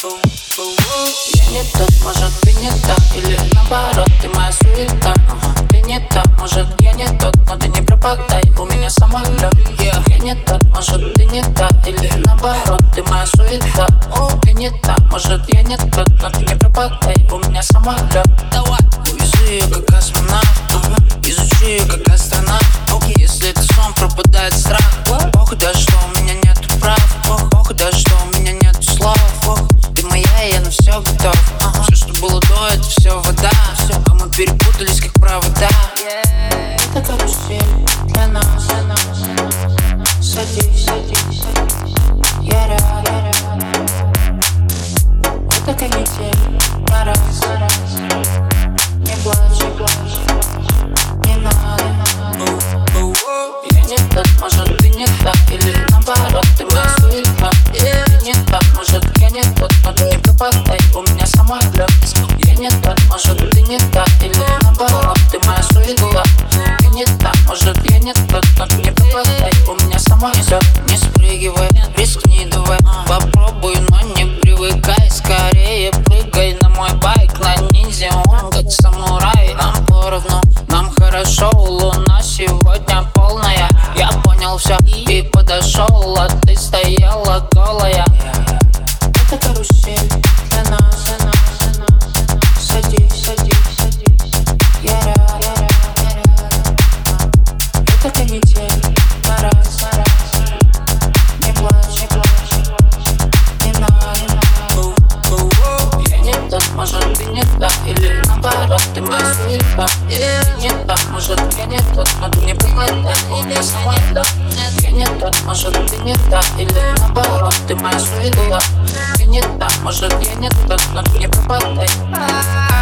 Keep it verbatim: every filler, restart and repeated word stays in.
Я не тот, может ты не та, или наоборот, ты моя суета. Ты не та, может я не тот, но ты не пропадай, у меня самолет. Я не тот, может ты не та, или наоборот, ты моя суета. Ты не та, может я не тот, но ты не пропадай, у меня самолет. Увезу ее как космонавт, изучу ее как астронавт. Если это сон, пропадает страх. Похуй даже, что у меня нету прав. Похуй даже, что у меня нету слов. Ты моя, я на все готов. Все, что было до, это все вода. Все, а мы перепутались как провода. Это карусель для нас. Садись, садись, я рядом. Это канитель на раз. Не плачь, не плачь, не надо. Я не тот, может ты не та, или наоборот, ты моя суета. Ты не та, может я не тот, но ты не пропадай, у меня самолет. Я не тот, может ты не та, или наоборот, ты моя суета. Ты не та, может я не тот, но ты не пропадай, у меня самолет. Не спрыгивай, рискни давай, попробуй, но не привыкай. Скорее прыгай на мой байк, на ниндзя, он как самурай. Нам поровну, нам хорошо, луна сегодня полная. Я понял все и подошел, а ты стояла голая. Это карусель для нас. Садись, садись, садись, я рядом. Это канитель на раз. Не плачь, не плачь, не надо. Я не тот, может ты не та, или наоборот, ты моя суета. Ты не та, может я не тот, но ты не пропадай, у меня самолет. Я не тот, может ты не та, или наоборот, ты моя суета. Ты не та, может я не тот, но ты не пропадай.